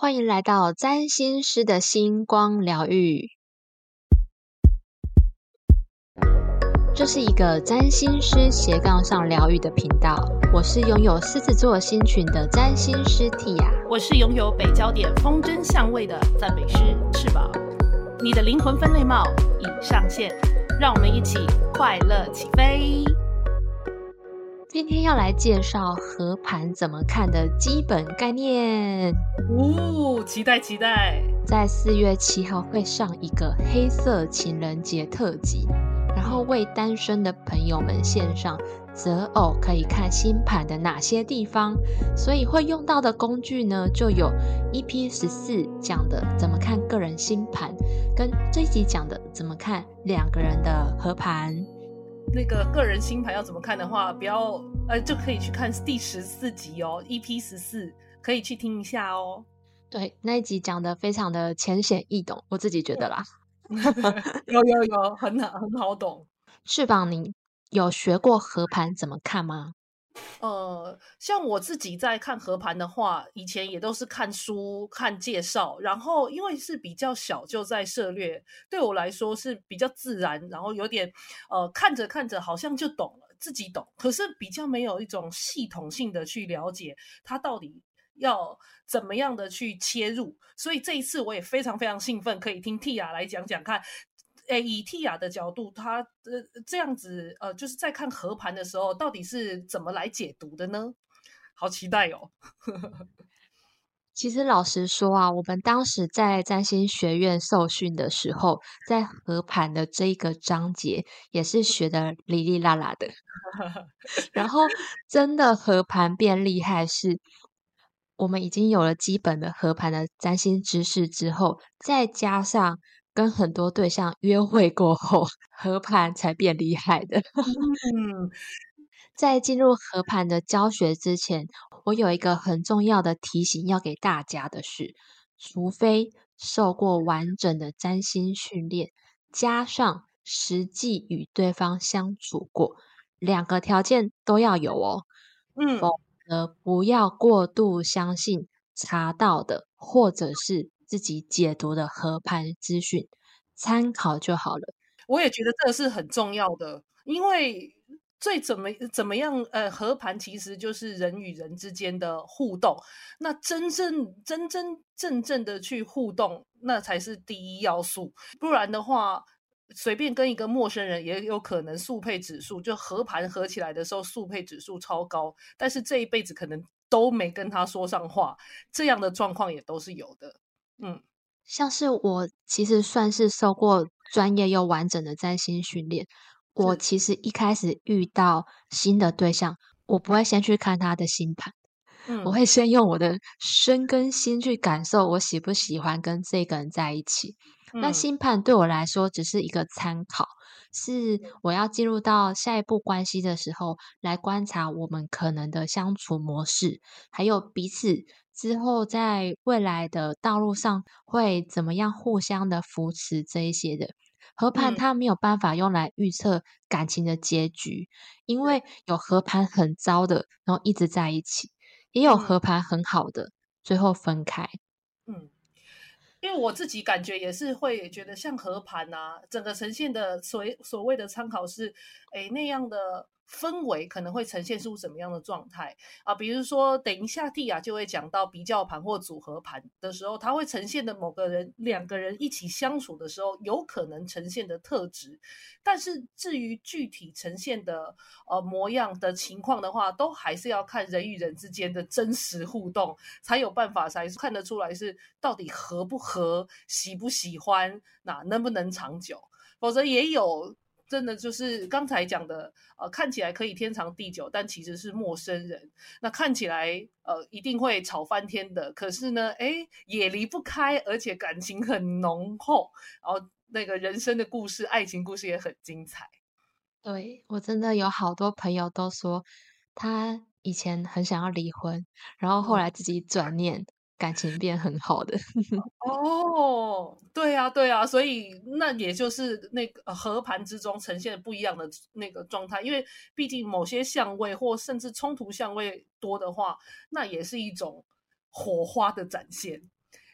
欢迎来到占星师的星光疗愈。这是一个占星师斜杠上疗愈的频道，我是拥有狮子座星群的占星师 Tia， 我是拥有北焦点风筝相位的赞美师翅膀。你的灵魂分类帽已上线，让我们一起快乐起飞。 今天要来介绍合盘怎么看的基本概念。 期待期待。 在4月7号会上一个黑色情人节特辑，然后为单身的朋友们献上择偶可以看星盘的哪些地方，所以会用到的工具呢，就有 EP14 讲的怎么看个人星盘，跟这一集讲的怎么看2个人的合盘。 那个个人星盘要怎么看的话，不要就可以去看第14集哦 EP14 可以去听一下哦。 对，那一集讲的非常的浅显易懂，我自己觉得啦。 有很好懂。 翅膀，你有学过合盘怎么看吗？ 像我自己在看合盘的话，以前也都是看书看介绍，然后因为是比较小就在涉猎，对我来说是比较自然，然后有点看着看着好像就懂了，自己懂，可是比较没有一种系统性的去了解它到底要怎么样的去切入，所以这一次我也非常非常兴奋，可以听 Tia 来讲讲看。以 Tia 的角度，他这样子就是在看合盘的时候，到底是怎么来解读的呢？好期待哦！ 其实老实说啊，我们当时在占星学院受训的时候，在合盘的这一个章节也是学的哩哩啦啦的。然后真的合盘变厉害是，我们已经有了基本的合盘的占星知识之后，再加上跟很多对象约会过后，合盘才变厉害的。 嗯， 在进入合盘的教学之前，我有一个很重要的提醒要给大家的是，除非受过完整的占星训练，加上实际与对方相处过，2个条件都要有哦。否则不要过度相信查到的或者是自己解读的合盘资讯，参考就好了。 我也觉得这个是很重要的，因为最怎么样，合盘其实就是人与人之间的互动，那真正的去互动，那才是第一要素，不然的话。随便跟一个陌生人也有可能速配指数，就合盘合起来的时候速配指数超高，但是这一辈子可能都没跟他说上话，这样的状况也都是有的。 像是我其实算是受过专业又完整的占星训练，我其实一开始遇到新的对象，我不会先去看他的星盘，我会先用我的身跟心去感受我喜不喜欢跟这个人在一起。那星盘对我来说只是一个参考，是我要进入到下一步关系的时候，来观察我们可能的相处模式，还有彼此之后在未来的道路上会怎么样互相的扶持这一些的。合盘它没有办法用来预测感情的结局，因为有合盘很糟的，然后一直在一起，也有合盘很好的，最后分开。 因为我自己感觉也是会觉得像合盘啊，整个呈现的所谓的参考是，那样的氛围可能会呈现出什么样的状态啊？比如说，等一下蒂亚就会讲到比较盘或组合盘的时候，它会呈现的某个人2个人一起相处的时候，有可能呈现的特质。但是至于具体呈现的模样的情况的话，都还是要看人与人之间的真实互动，才有办法才看得出来是到底合不合、喜不喜欢、能不能长久。否则也有真的就是刚才讲的，看起来可以天长地久，但其实是陌生人。那看起来一定会吵翻天的，可是呢，也离不开，而且感情很浓厚，然后那个人生的故事、爱情故事也很精彩。 对，我真的有好多朋友都说，他以前很想要离婚，然后后来自己转念，感情变很好的。 哦，对啊，对啊，所以那也就是那个合盘之中呈现不一样的那个状态，因为毕竟某些相位或甚至冲突相位多的话，那也是一种火花的展现。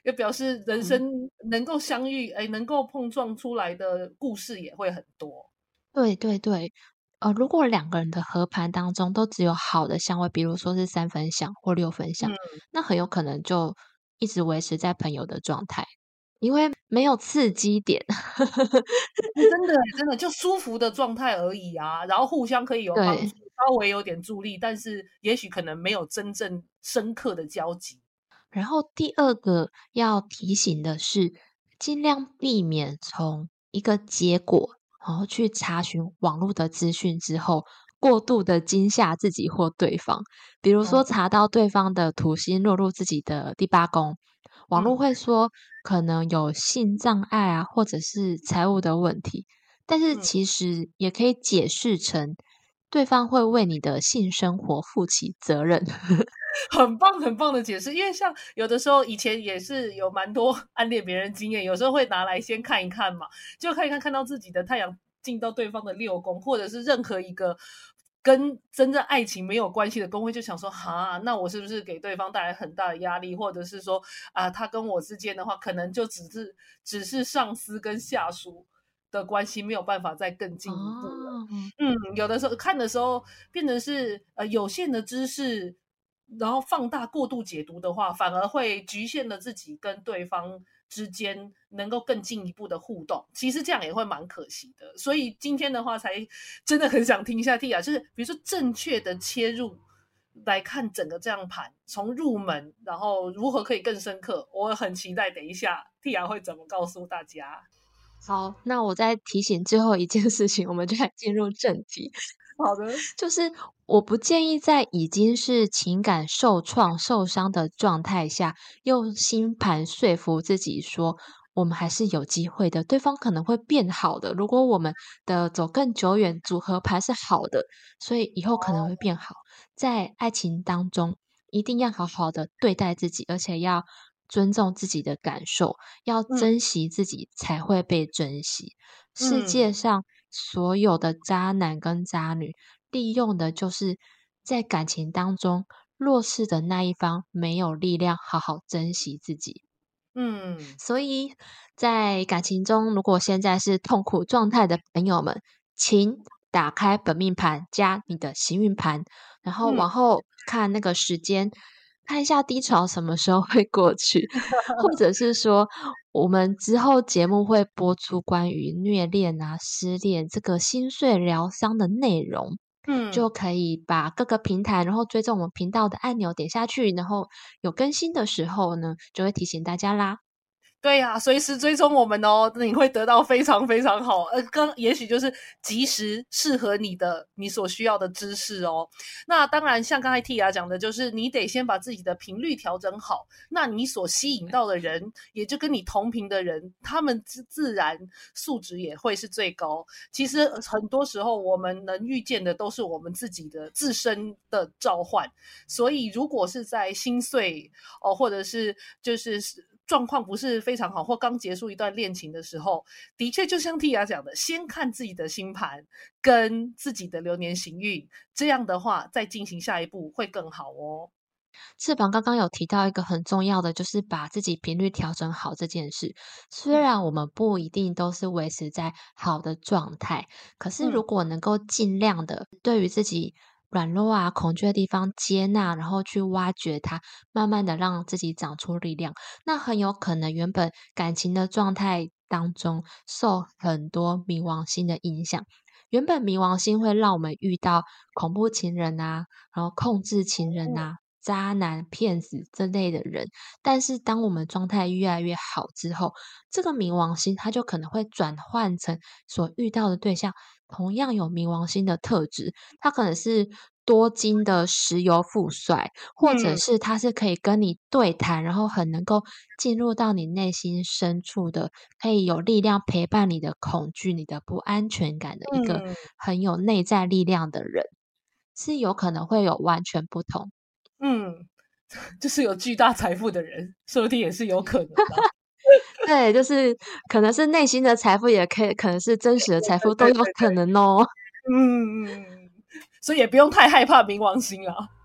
也表示人生能够相遇，能够碰撞出来的故事也会很多。 对对对，如果两个人的合盘当中都只有好的相位，比如说是3分相或6分相， 嗯， 那很有可能就一直维持在朋友的状态，因为没有刺激点。 真的真的就舒服的状态而已啊，然后互相可以有帮助， 对， 稍微有点助力，但是也许可能没有真正深刻的交集。 然后第二个要提醒的是，尽量避免从一个结果，然后去查询网络的资讯之后，过度的惊吓自己或对方。比如说哦， 查到对方的土星落入自己的第8宫，网络嗯会说可能有性障碍啊，或者是财务的问题，但是嗯。 其实也可以解释成对方会为你的性生活负起责任。 很棒很棒的解释，因为像有的时候以前也是有蛮多暗恋别人经验，有时候会拿来先看一看嘛，就看一看，看到自己的太阳进到对方的6宫，或者是任何一个跟真正爱情没有关系的宫位，就想说哈，那我是不是给对方带来很大的压力，或者是说他跟我之间的话，可能就只是上司跟下属的关系，没有办法再更进一步了。 哦， 有的时候看的时候变成是有限的知识，然后放大过度解读的话，反而会局限了自己跟对方之间能够更进一步的互动。其实这样也会蛮可惜的。所以今天的话，才真的很想听一下蒂亚，就是比如说正确的切入来看整个这样盘，从入门，然后如何可以更深刻。我很期待等一下蒂亚会怎么告诉大家。 好，那我再提醒最后一件事情，我们就来进入正题。 好的， 就是我不建议在已经是情感受创、受伤的状态下，用星盘说服自己说，我们还是有机会的，对方可能会变好的。如果我们的走更久远，组合盘是好的，所以以后可能会变好。在爱情当中，一定要好好的对待自己，而且要尊重自己的感受，要嗯珍惜自己，才会被珍惜。世嗯界上所有的渣男跟渣女，利用的就是在感情当中弱势的那一方没有力量好好珍惜自己。 嗯所以在感情中，如果现在是痛苦状态的朋友们，请打开本命盘加你的行运盘，然后嗯往后看那个时间，看一下低潮什么时候会过去，或者是说，我们之后节目会播出关于虐恋啊、失恋这个心碎疗伤的内容，就嗯。 可以把各个平台，然后追踪我们频道的按钮点下去，然后有更新的时候呢，就会提醒大家啦。 对呀，随时追踪我们哦，你会得到非常非常好，也许就是及时适合你所需要的知识哦。那当然，像刚才 Tia 讲的，就是你得先把自己的频率调整好，那你所吸引到的人，也就跟你同频的人，他们自然素质也会是最高。其实很多时候，我们能遇见的都是我们自己的自身的召唤，所以如果是在心碎哦，或者是就是状况不是非常好，或刚结束一段恋情的时候，的确就像 Tia 讲的，先看自己的星盘跟自己的流年行运，这样的话再进行下一步会更好哦。 翅膀刚刚有提到一个很重要的，就是把自己频率调整好这件事。虽嗯然我们不一定都是维持在好的状态，可是嗯如果能够尽量的对于自己软弱啊、恐惧的地方接纳，然后去挖掘它，慢慢的让自己长出力量，那很有可能原本感情的状态当中受很多冥王星的影响。原本冥王星会让我们遇到恐怖情人啊，然后控制情人啊、渣男、骗子这类的人。但是当我们状态越来越好之后，这个冥王星它就可能会转换成所遇到的对象，同样有冥王星的特质，它可能是多金的石油富帅，或者嗯是他是可以跟你对谈，然后很能够进入到你内心深处的，可以有力量陪伴你的恐惧、你的不安全感的一个嗯很有内在力量的人，是有可能会有完全不同。 嗯，就是有巨大财富的人，说不定也是有可能的。 对，就是可能是内心的财富，也可能是真实的财富，都有可能哦。 嗯，所以也不用太害怕冥王星啦。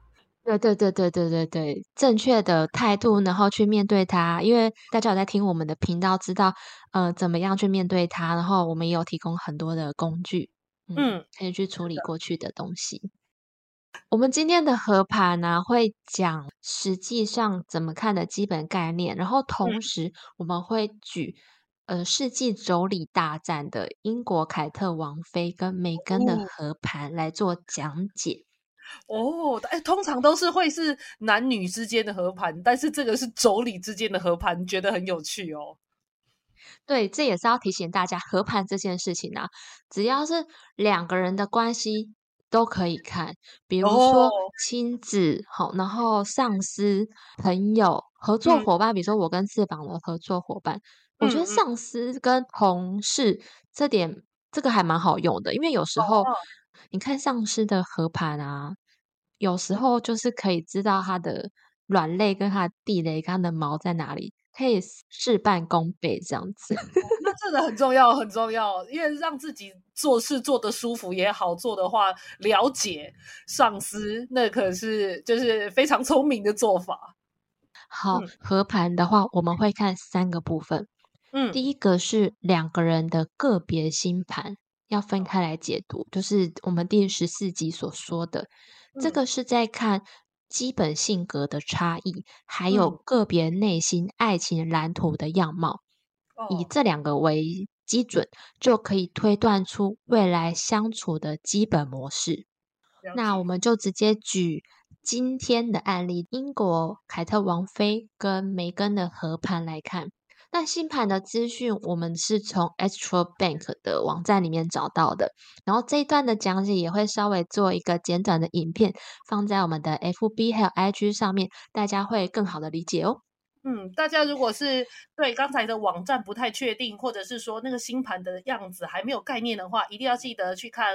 对对对对对对对，正确的态度，然后去面对它。因为大家有在听我们的频道，知道怎么样去面对它，然后我们也有提供很多的工具， 嗯， 可以去处是的， 理过去的东西。我们今天的合盘呢，会讲实际上怎么看的基本概念，然后同嗯， 时我们会举世纪妯娌大战的英国凯特王妃跟梅根的哦合盘来做讲解。 哦，哎，通常都是会是男女之间的合盘，但是这个是妯娌之间的合盘，觉得很有趣哦。 对，这也是要提醒大家，和盘这件事情啊，只要是两个人的关系都可以看，比如说哦， 亲子，好，然后上司、朋友、合作嗯伙伴，比如说我跟翅膀的合作伙伴，我觉得嗯嗯， 上司跟同事这点，这个还蛮好用的，因为有时候哦， 你看上司的合盘啊，有时候就是可以知道他的软肋跟他的地雷跟他的毛在哪里，可以事半功倍这样子。 那这个很重要，很重要，因为让自己做事做得舒服也好做的话，了解上司，那可是就是非常聪明的做法。 好， 嗯合盘的话，我们会看3个部分。 嗯， 第一个是两个人的个别星盘，要分开来解读，就是我们第14集所说的，这嗯个是在看基本性格的差异，还有嗯， 个别内心爱情蓝图的样貌，以哦， 这2个为基准，就可以推断出未来相处的基本模式。 了解。 那我们就直接举今天的案例，英国凯特王妃跟梅根的合盘来看。那星盘的资讯，我们是从 Astro Bank 的网站里面找到的。然后这一段的讲解也会稍微做一个简短的影片，放在我们的 FB 还有 IG 上面，大家会更好的理解哦。 嗯，大家如果是对刚才的网站不太确定，或者是说那个星盘的样子还没有概念的话，一定要记得去看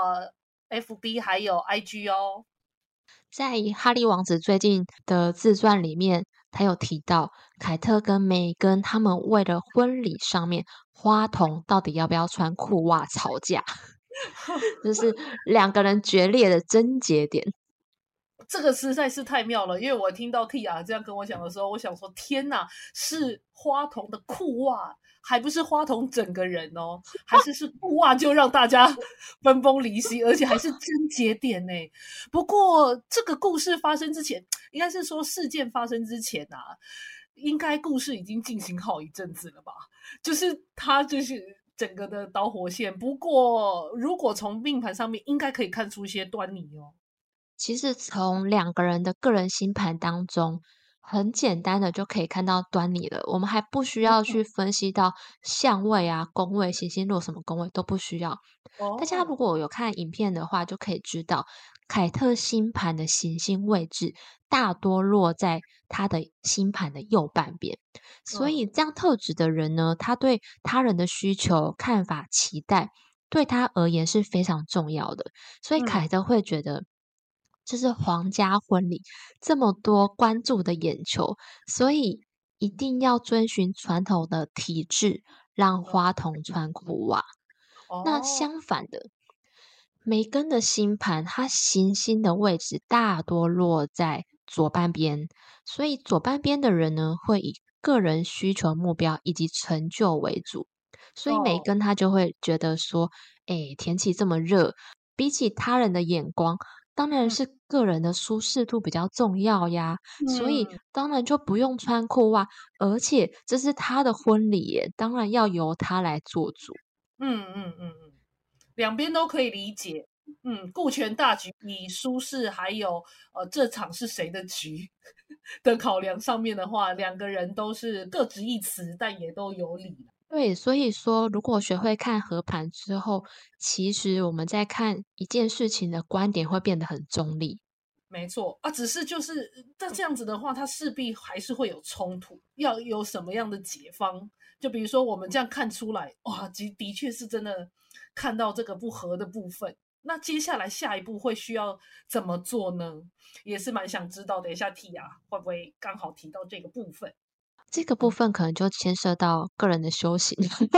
FB 还有 IG 哦。 在哈利王子最近的自传里面，他有提到凯特跟梅根他们为了婚礼上面花童到底要不要穿裤袜吵架，这是2个人决裂的症结点。 这个实在是太妙了，因为我听到 Tia 这样跟我讲的时候，我想说天哪，是花童的裤袜，还不是花童整个人哦，还是裤袜就让大家分崩离析，而且还是症结点呢。不过这个故事发生之前，应该是说事件发生之前啊，应该故事已经进行好一阵子了吧？就是他就是整个的导火线。不过如果从命盘上面，应该可以看出一些端倪哦。 其实从2个人的个人星盘当中，很简单的就可以看到端倪了。我们还不需要去分析到相位啊、宫位、行星落什么宫位都不需要。大家如哦， 果有看影片的话，就可以知道凯特星盘的行星位置大多落在他的星盘的右半边。所嗯以这样特质的人呢，他对他人的需求、看法、期待，对他而言是非常重要的。所以嗯。 凯特会觉得，这是皇家婚礼，这么多关注的眼球，所以一定要遵循传统的体制，让花童穿裤袜。那哦， 相反的，梅根的星盘，它行星的位置大多落在左半边，所以左半边的人呢，会以个人需求目标以及成就为主。所以梅哦， 根他就会觉得说，天气这么热，比起他人的眼光，当然嗯是个人的舒适度比较重要呀。所以嗯当然就不用穿裤袜，而且这是他的婚礼耶，当然要由他来做主。 嗯，两边都可以理解。顾全大局，以舒适还有这场是谁的局的考量上面的话，两个人都是各执一词，但也都有理。 对，所以说，如果学会看合盘之后，其实我们在看一件事情的观点会变得很中立。 没错啊，只是就是那这样子的话，它势必还是会有冲突，要有什么样的解方？就比如说我们这样看出来，哇，的确是真的看到这个不合的部分。那接下来下一步会需要怎么做呢？也是蛮想知道。等一下 T 啊，会不会刚好提到这个部分？ 这个部分可能就牵涉到个人的修行。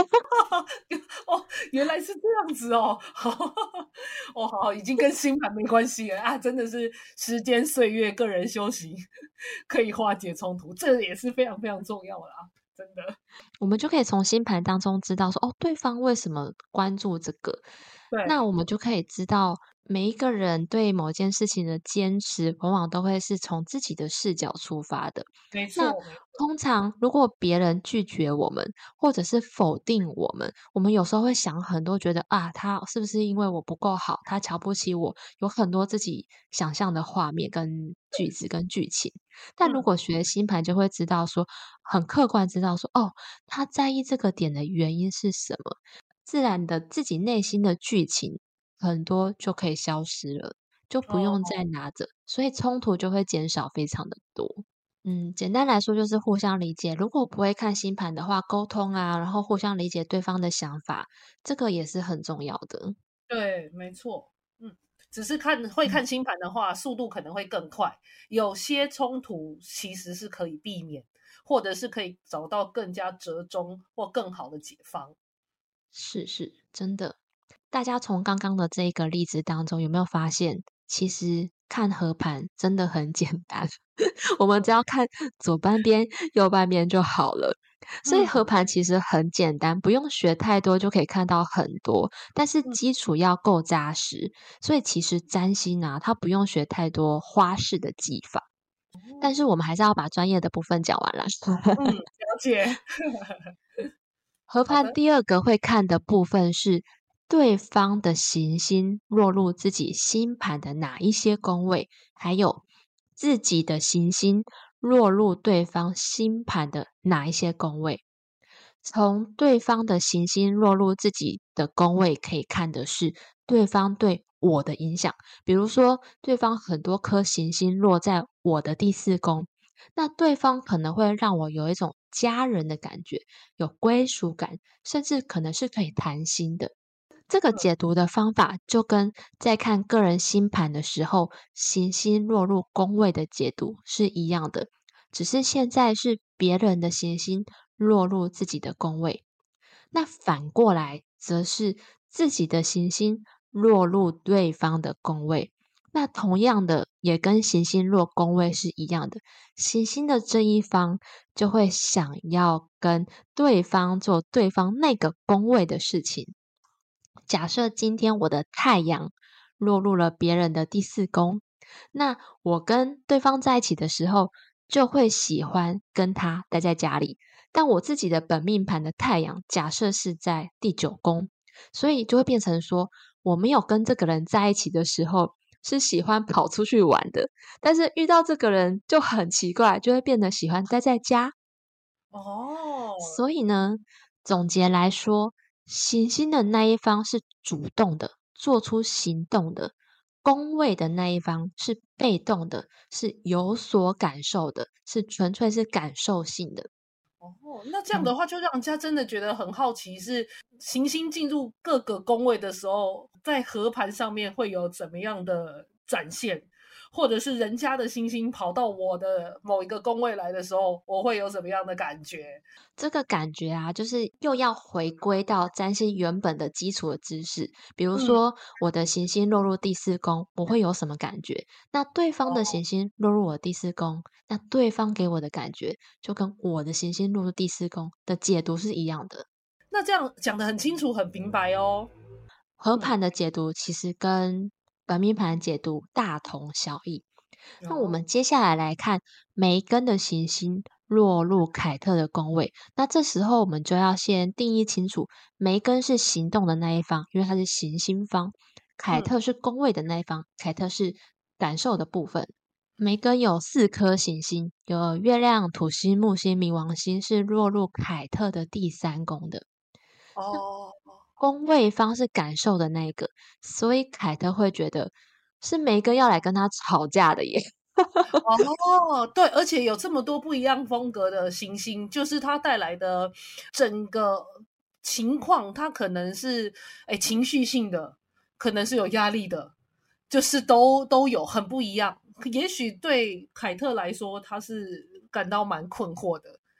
哦，原来是这样子哦。哦，好，已经跟星盘没关系了啊，真的是时间岁月个人修行可以化解冲突，这也是非常非常重要的啊，真的。 我们就可以从星盘当中知道说，哦，对方为什么关注这个，那对， 我们就可以知道每一个人对某件事情的坚持，往往都会是从自己的视角出发的。那没错，没错。 通常如果别人拒绝我们，或者是否定我们，我们有时候会想很多，觉得啊，他是不是因为我不够好，他瞧不起我，有很多自己想象的画面跟句子跟剧情。但如嗯， 果学星盘，就会知道说，很客观知道说，哦，他在意这个点的原因是什么，自然的自己内心的剧情很多就可以消失了，就不用哦， 再拿着，所以冲突就会减少非常的多。简单来说就是互相理解。如果不会看星盘的话，沟通啊，然后互相理解对方的想法，这个也是很重要的。 对，没错。嗯，只是会嗯。 看星盘的话，速度可能会更快，有些冲突其实是可以避免，或者是可以找到更加折中或更好的解方。 是是，真的。大家从刚刚的这个例子当中，有没有发现，其实看合盘真的很简单，我们只要看左半边、右半边就好了。所以合嗯盘其实很简单，不用学太多就可以看到很多，但是嗯， 基础要够扎实。所以其实占星啊，它不用学太多花式的技法，但是哦， 我们还是要把专业的部分讲完啦。 嗯，了解。 合好的， 盘第二个会看的部分是对方的行星落入自己星盘的哪一些宫位，还有自己的行星落入对方星盘的哪一些宫位。从对方的行星落入自己的宫位，可以看的是对方对我的影响。比如说，对方很多颗行星落在我的第四宫，那对方可能会让我有一种家人的感觉，有归属感，甚至可能是可以谈心的。这个嗯解读的方法就跟在看个人星盘的时候，行星落入宫位的解读是一样的，只是现在是别人的行星落入自己的宫位，那反过来则是自己的行星落入对方的宫位。那同样的，也跟行星落宫位是一样的，行星的这一方就会想要跟对方做对方那个宫位的事情。假设今天我的太阳落入了别人的第四宫，那我跟对方在一起的时候，就会喜欢跟他待在家里。但我自己的本命盘的太阳，假设是在第九宫，所以就会变成说，我没有跟这个人在一起的时候，是喜欢跑出去玩的，但是遇到这个人就很奇怪，就会变得喜欢待在家。 哦， 所以呢，总结来说，行星的那一方是主动的，做出行动的；宫位的那一方是被动的，是有所感受的，是纯粹是感受性的。 哦，那这样的嗯。 话，就让人家真的觉得很好奇，是行星进入各个宫位的时候，在合盘上面会有怎么样的展现，或者是人家的星星跑到我的某一个宫位来的时候，我会有什么样的感觉？ 这个感觉啊，就是又要回归到占星原本的基础的知识。比如嗯， 说，我的行星落入第四宫，我会有什么感觉？那对方的哦， 行星落入我的第四宫，那对方给我的感觉就跟我的行星落入第四宫的解读是一样的。 那这样讲得很清楚、很明白哦。嗯， 合盘的解读其实跟本命盘解读大同小异。那我哦， 们接下来来看梅根的行星落入凯特的宫位。那这时候我们就要先定义清楚，梅根是行动的那一方，因为它是行星方；凯嗯， 特是宫位的那一方，凯特是感受的部分。梅根有四颗行星，有月亮、土星、木星、冥王星是落入凯特的第三宫的。那哦。 宫位方是感受的那一个，所以凯特会觉得是梅根要来跟他吵架的耶。 哦，对，而且有这么多不一样风格的行星，就是它带来的整个情况，它可能是情绪性的，可能是有压力的，就是都有很不一样。也许对凯特来说，他是感到蛮困惑的，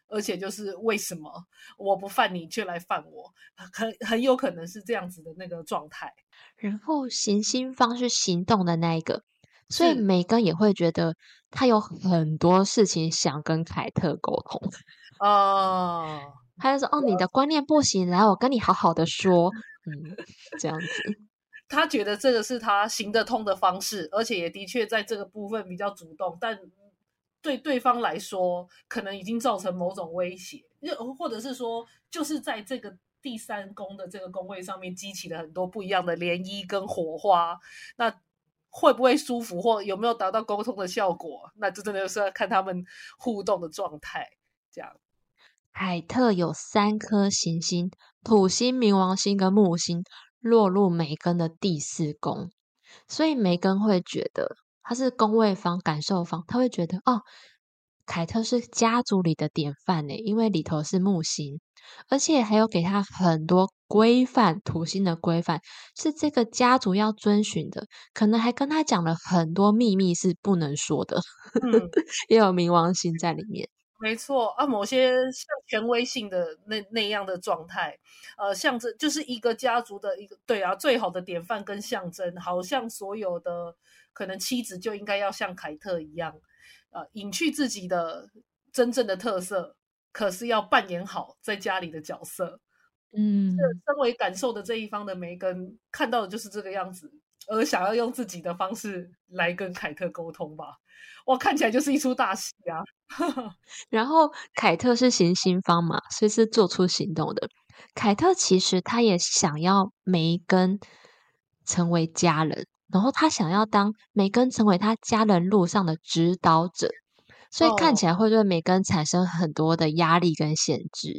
而且就是为什么我不犯你却来犯我，很有可能是这样子的那个状态。 然后行星方是行动的那一个，所以是梅根也会觉得他有很多事情想跟凯特沟通。 啊， 他就说：“哦，你的观念不行，来，我跟你好好的说。”这样子。 他觉得这个是他行得通的方式，而且也的确在这个部分比较主动，但对对方来说，可能已经造成某种威胁，或者是说，就是在这个第三宫的这个宫位上面激起了很多不一样的涟漪跟火花。那会不会舒服，或有没有达到沟通的效果，那就真的是要看他们互动的状态。这样， 凯特有3颗行星，土星、冥王星跟木星落入梅根的第4宫，所以梅根会觉得他是宫位方、感受方，他会觉得哦，凯特是家族里的典范呢，因为里头是木星，而且还有给他很多规范，土星的规范是这个家族要遵循的，可能还跟他讲了很多秘密是不能说的， 嗯， 也有冥王星在里面。 没错啊，某些像权威性的那样的状态，象征就是一个家族的一个对啊最好的典范跟象征，好像所有的可能妻子就应该要像凯特一样，隐去自己的真正的特色，可是要扮演好在家里的角色。 嗯， 身为感受的这一方的梅根看到的就是这个样子，而想要用自己的方式来跟凯特沟通吧。哇，看起来就是一出大戏啊！ 然后凯特是行星方嘛，所以是做出行动的。凯特其实他也想要梅根成为家人，然后他想要当梅根成为他家人路上的指导者，所以看哦， 起来会对梅根产生很多的压力跟限制。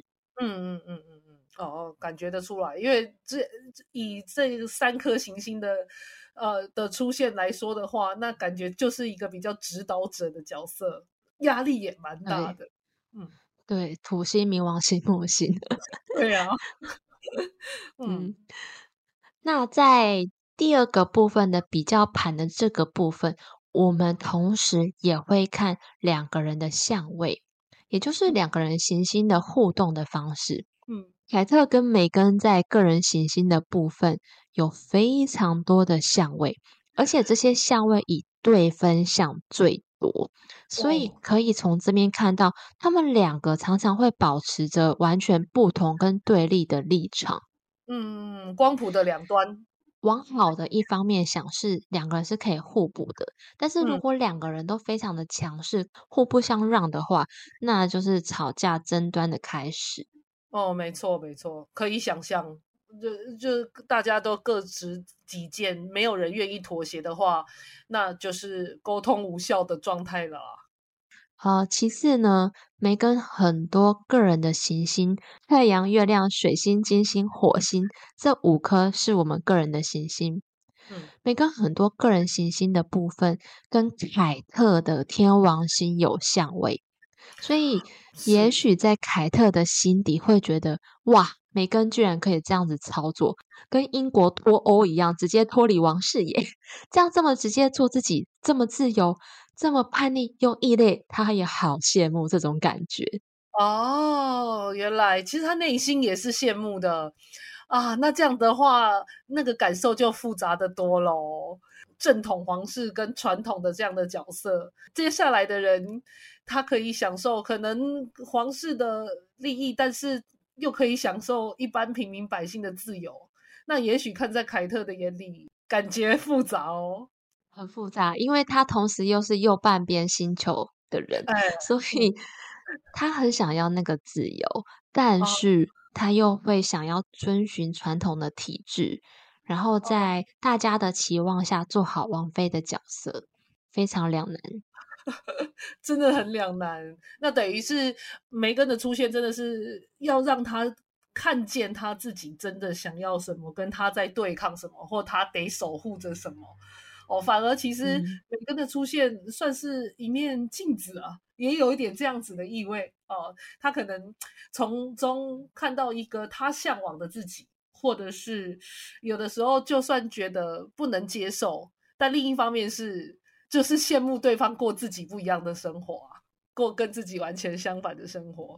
感觉得出来，因为以这3颗行星的出现来说的话，那感觉就是一个比较指导者的角色，压力也蛮大对的。嗯， 对，土星、冥王星、木星。 对啊，嗯嗯，那在第2个部分的比较盘的这个部分，我们同时也会看两个人的相位，也就是两个人行星的互动的方式。 嗯， 凯特跟梅根在个人行星的部分有非常多的相位，而且这些相位以对分相最多，所以哦， 可以从这边看到，他们两个常常会保持着完全不同跟对立的立场。 光谱的两端， 往好的一方面想是两个人是可以互补的，但是如嗯。 果两个人都非常的强势，互不相让的话，那就是吵架争端的开始。 哦，没错没错，可以想象，就大家都各执己见，没有人愿意妥协的话，那就是沟通无效的状态了啊。 其次呢，梅根很多个人的行星，太阳、月亮、水星、金星、火星，这5颗是我们个人的行星。 嗯， 梅根很多个人行星的部分跟凯特的天王星有相位，所以也是。 许在凯特的心底会觉得，哇，梅根居然可以这样子操作，跟英国脱欧一样，直接脱离王室耶，这么直接做自己，这么自由，这么叛逆又异类，他也好羡慕这种感觉。 哦，原来其实他内心也是羡慕的啊。那这样的话，那个感受就复杂的多喽。正统皇室跟传统的这样的角色，接下来的人他可以享受可能皇室的利益，但是又可以享受一般平民百姓的自由。那也许看在凯特的眼里，感觉复杂哦。 很复杂，因为他同时又是右半边星球的人， 哎， 所嗯， 以他很想要那个自由，但哦是他又会想要遵循传统的体制，然后哦。 在大家的期望下做好王妃的角色，非常两难。 真的很两难。那等于是梅根的出现，真的是要让他看见他自己真的想要什么，跟他在对抗什么，或他得守护着什么。哦，反而其实嗯。 梅根的出现算是一面镜子啊，也有一点这样子的意味哦。他可能从中看到一个他向往的自己，或者是有的时候就算觉得不能接受，但另一方面是就是羡慕对方过自己不一样的生活啊，过跟自己完全相反的生活。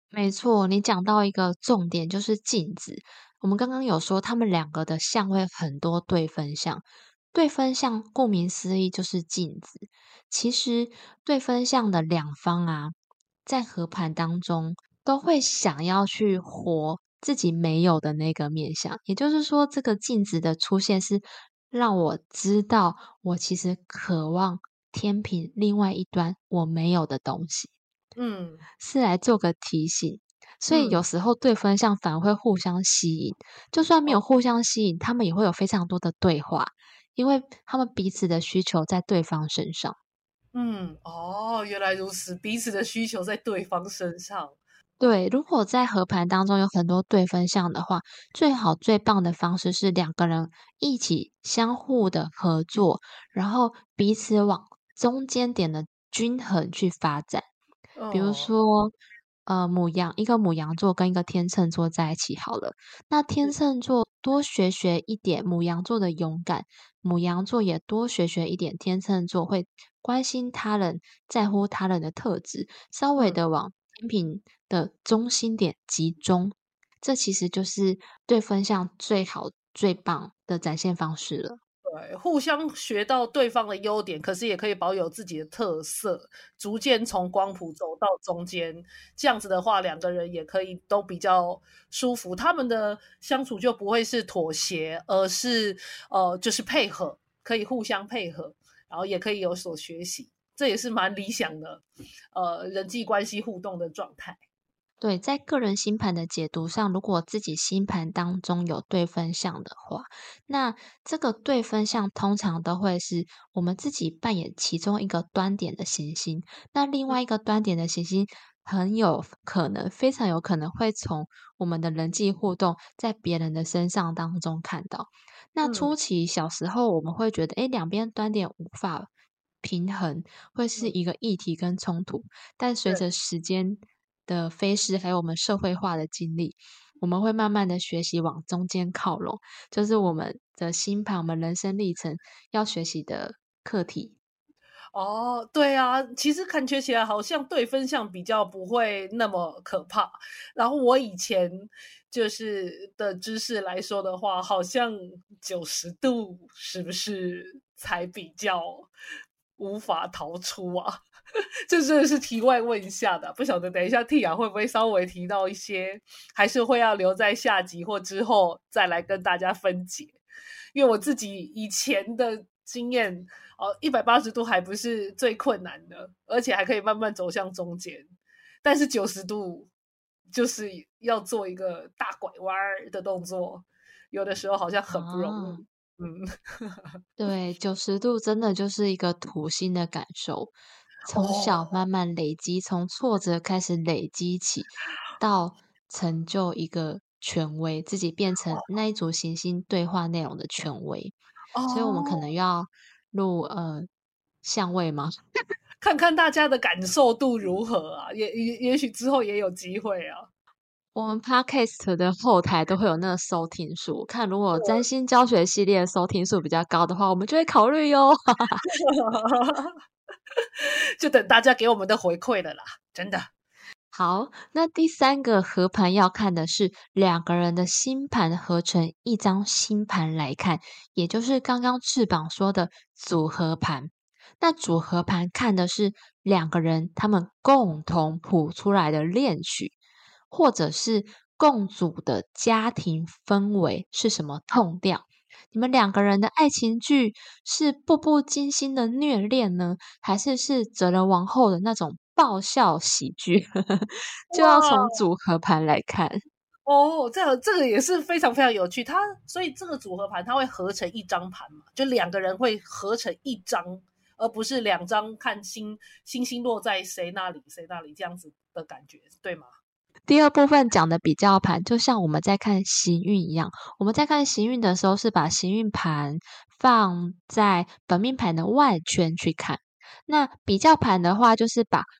没错，你讲到一个重点，就是镜子。我们刚刚有说他们两个的相位很多对分相，对分相顾名思义就是镜子。其实对分相的两方啊，在合盘当中都会想要去活自己没有的那个面相，也就是说，这个镜子的出现是让我知道，我其实渴望天平另外一端我没有的东西。 嗯是来做个提醒。所以有嗯， 时候对分项反而会互相吸引，就算没有互相吸引，他们也会有非常多的对话，因为他们彼此的需求在对方身上。 哦，原来如此，彼此的需求在对方身上。 对，如果在合盘当中有很多对分项的话，最好最棒的方式是两个人一起相互的合作，然后彼此往中间点的均衡去发展。比如哦， 说，一个母羊座跟一个天秤座在一起好了，那天秤座多学学一点母羊座的勇敢，母羊座也多学学一点天秤座会关心他人、在乎他人的特质，稍微嗯。 的往天平的中心点集中，这其实就是对分项最好、最棒的展现方式了。 对，互相学到对方的优点，可是也可以保有自己的特色，逐渐从光谱走到中间。这样子的话，两个人也可以都比较舒服，他们的相处就不会是妥协，而是就是配合，可以互相配合，然后也可以有所学习，这也是蛮理想的人际关系互动的状态。 对，在个人星盘的解读上，如果自己星盘当中有对分相的话，那这个对分相通常都会是我们自己扮演其中一个端点的行星，那另外一个端点的行星很有可能，非常有可能会从我们的人际互动在别人的身上当中看到。那嗯初期小时候我们会觉得，诶，两边端点无法平衡，会是嗯， 一个议题跟冲突。但随对。 着时间的飞逝，还有我们社会化的经历，我们会慢慢的学习往中间靠拢，就是我们的星盘，我们人生历程要学习的课题。 哦，对啊，其实感觉起来好像对分项比较不会那么可怕。然后我以前就是的知识来说的话，好像90度是不是才比较无法逃出啊？这真的是题外问一下的，不晓得等一下 Tia 会不会稍微提到一些，还是会要留在下集或之后再来跟大家分解。因为我自己以前的经验，180度还不是最困难的，而且还可以慢慢走向中间。但是90度就是要做一个大拐弯的动作，有的时候好像很不容啊， 易。嗯， 对90度真的就是一个土星的感受，从小哦， 慢慢累积，从挫折开始累积起，到成就一个权威，自己变成那一组行星对话内容的权威。所以我们可哦， 能要录相位吗？ 看看大家的感受度如何啊？也许之后也有机会啊。 我们 Podcast 的后台都会有那个收听数，看如果占星教学系列的收听数比较高的话，我们就会考虑哟。 就等大家给我们的回馈了啦，真的。 好，那第三个合盘要看的是两个人的星盘合成一张星盘来看，也就是刚刚翅膀说的组合盘。那组合盘看的是两个人他们共同谱出来的恋曲，或者是共组的家庭氛围是什么痛调。你们两个人的爱情剧是步步惊心的虐恋呢，还是哲人王后的那种爆笑喜剧？就要哇， 从组合盘来看。 哦，这个也是非常非常有趣。所以这个组合盘它会合成一张盘嘛，就两个人会合成一张，而不是两张看星星落在谁那里谁那里这样子的感觉，对吗？ 第二部分讲的比较盘，就像我们在看行运一样，我们在看行运的时候是把行运盘放在本命盘的外圈去看。那比较盘的话，就是把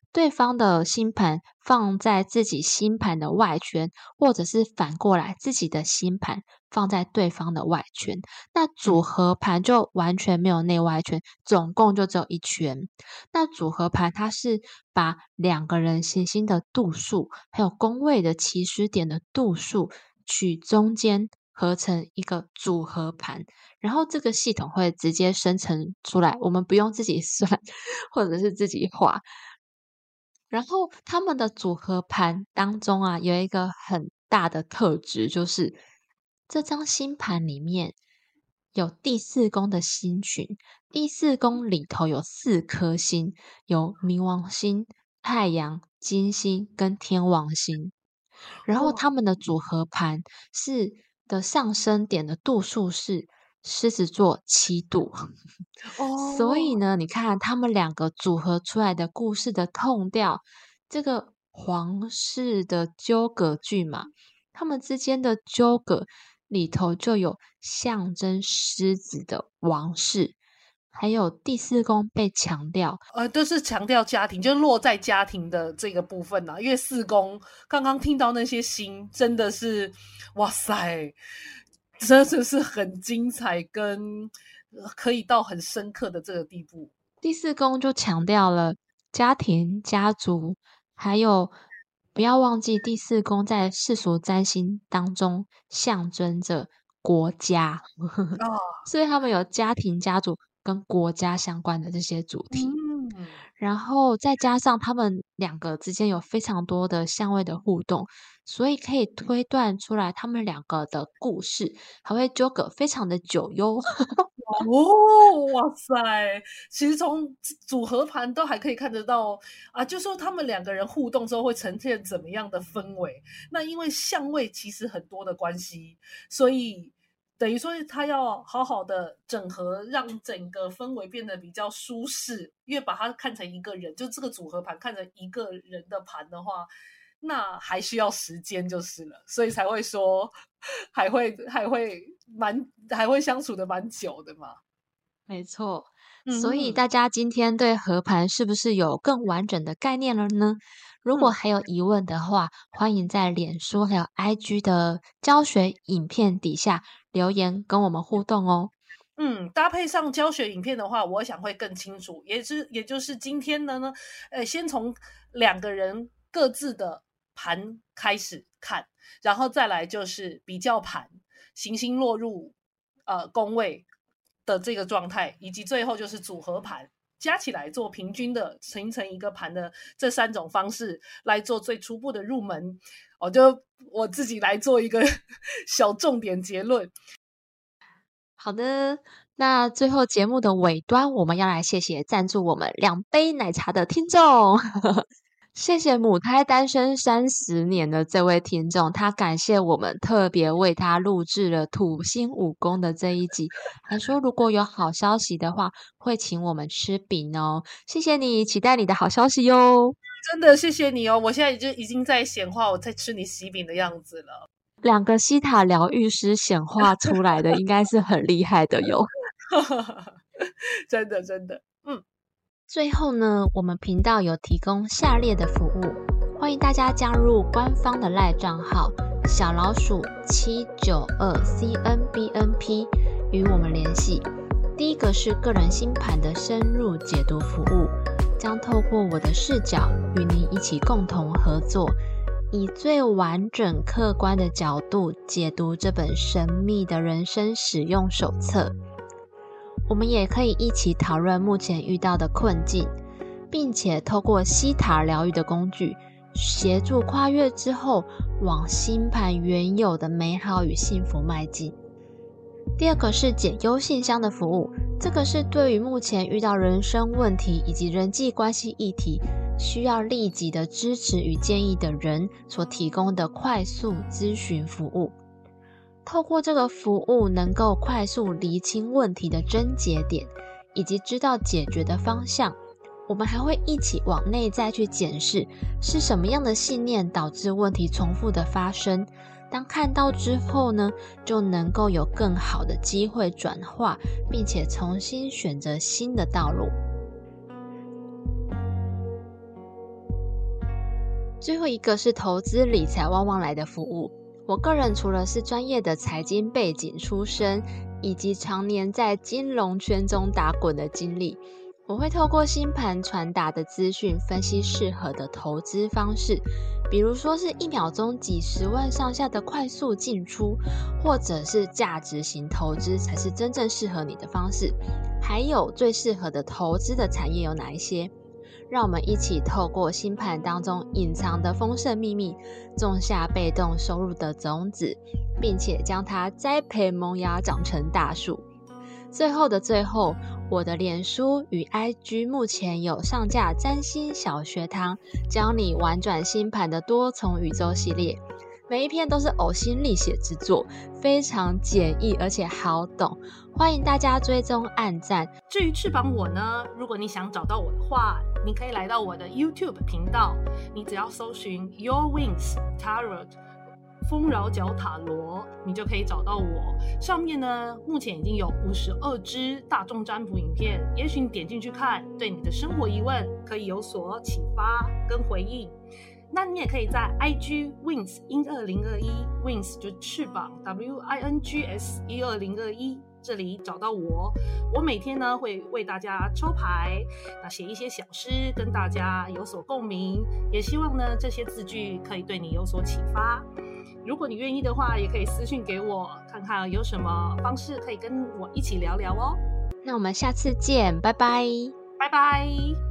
对方的星盘放在自己星盘的外圈，或者是反过来自己的星盘放在对方的外圈。那组合盘就完全没有内外圈，总共就只有一圈。那组合盘它是把两个人行星的度数，还有宫位的起始点的度数取中间合成一个组合盘，然后这个系统会直接生成出来，我们不用自己算或者是自己画。然后他们的组合盘当中啊，有一个很大的特质，就是这张星盘里面有第四宫的星群，第四宫里头有4颗星，有冥王星、太阳、金星跟天王星。然后哇他们的组合盘的上升点的度数是狮子座7度，所以哦， 呢，你看他们两个组合出来的故事的痛调，这个皇室的纠葛剧嘛，他们之间的纠葛里头就有象征狮子的王室，还有第四宫被强调， 都是强调家庭，就落在家庭的这个部分因为四宫刚刚听到那些星，真的是哇塞，真的是很精彩，跟可以到很深刻的这个地步。 第四宫就强调了家庭、家族，还有不要忘记第四宫在世俗占星当中象征着国家， 啊， 所以他们有家庭、家族跟国家相关的这些主题。 嗯， 然后再加上他们两个之间有非常多的相位的互动，所以可以推断出来他们两个的故事，还会纠葛非常的久哟。 哦，哇塞！其实从组合盘都还可以看得到就说他们两个人互动之后会呈现怎么样的氛围。那因为相位其实很多的关系，所以等于说他要好好的整合，让整个氛围变得比较舒适。因为把它看成一个人，就这个组合盘看成一个人的盘的话，那还需要时间就是了，所以才会说还会相处的蛮久的嘛。 没错，所以嗯大家今天对合盘是不是有更完整的概念了呢？如果嗯还有疑问的话，欢迎在脸书还有 IG 的教学影片底下留言跟我们互动哦。 搭配上教学影片的话，我想会更清楚。也就是今天的呢，先从两个人各自的盘开始看，然后再来就是比较盘，行星落入宫位的这个状态，以及最后就是组合盘。加起来做平均的形成一个盘的这3种方式来做最初步的入门，我自己来做一个小重点结论。 好的，那最后节目的尾端，我们要来谢谢赞助我们2杯奶茶的听众。谢谢母胎单身30年的这位听众，他感谢我们特别为他录制了土星武功的这一集，还说如果有好消息的话，会请我们吃饼哦。谢谢你，期待你的好消息哟。 真的谢谢你哦！我现在已经在显化我在吃你喜饼的样子了。 2个西塔疗愈师显化出来的，应该是很厉害的哟。 真的真的， 最后呢，我们频道有提供下列的服务，欢迎大家加入官方的赖账号小老鼠792CNBNP 与我们联系。第一个是个人星盘的深入解读服务，将透过我的视角与您一起共同合作，以最完整客观的角度解读这本神秘的人生使用手册。我们也可以一起讨论目前遇到的困境，并且透过西塔疗愈的工具，协助跨越之后往星盘原有的美好与幸福迈进。第二个是解忧信箱的服务，这个是对于目前遇到人生问题以及人际关系议题，需要立即的支持与建议的人所提供的快速咨询服务。透过这个服务，能够快速厘清问题的症结点，以及知道解决的方向。我们还会一起往内在去检视，是什么样的信念导致问题重复的发生。当看到之后呢，就能够有更好的机会转化，并且重新选择新的道路。 最后一个是投资理财旺旺来的服务。我个人除了是专业的财经背景出身，以及常年在金融圈中打滚的经历，我会透过星盘传达的资讯，分析适合的投资方式，比如说是1秒钟几十万上下的快速进出，或者是价值型投资才是真正适合你的方式，还有最适合的投资的产业有哪一些。让我们一起透过星盘当中隐藏的丰盛秘密，种下被动收入的种子，并且将它栽培萌芽长成大树。最后的最后，我的脸书与 IG 目前有上架占星小学堂，教你玩转星盘的多重宇宙系列，每一篇都是呕心沥血之作，非常简易而且好懂，欢迎大家追踪按赞。 至于翅膀我呢，如果你想找到我的话，你可以来到我的 YouTube 频道，你只要搜寻 Your Wings Tarot 丰饶角塔罗，你就可以找到我。上面呢，目前已经有52支大众占卜影片，也许你点进去看，对你的生活疑问可以有所启发跟回应。那你也可以在 IG Wings 12021 Wings 就翅膀 WINGS 12021这里找到我。我每天呢会为大家抽牌，写一些小诗跟大家有所共鸣，也希望呢这些字句可以对你有所启发。如果你愿意的话，也可以私讯给我，看看有什么方式可以跟我一起聊聊哦。 那我们下次见，拜拜， 拜拜。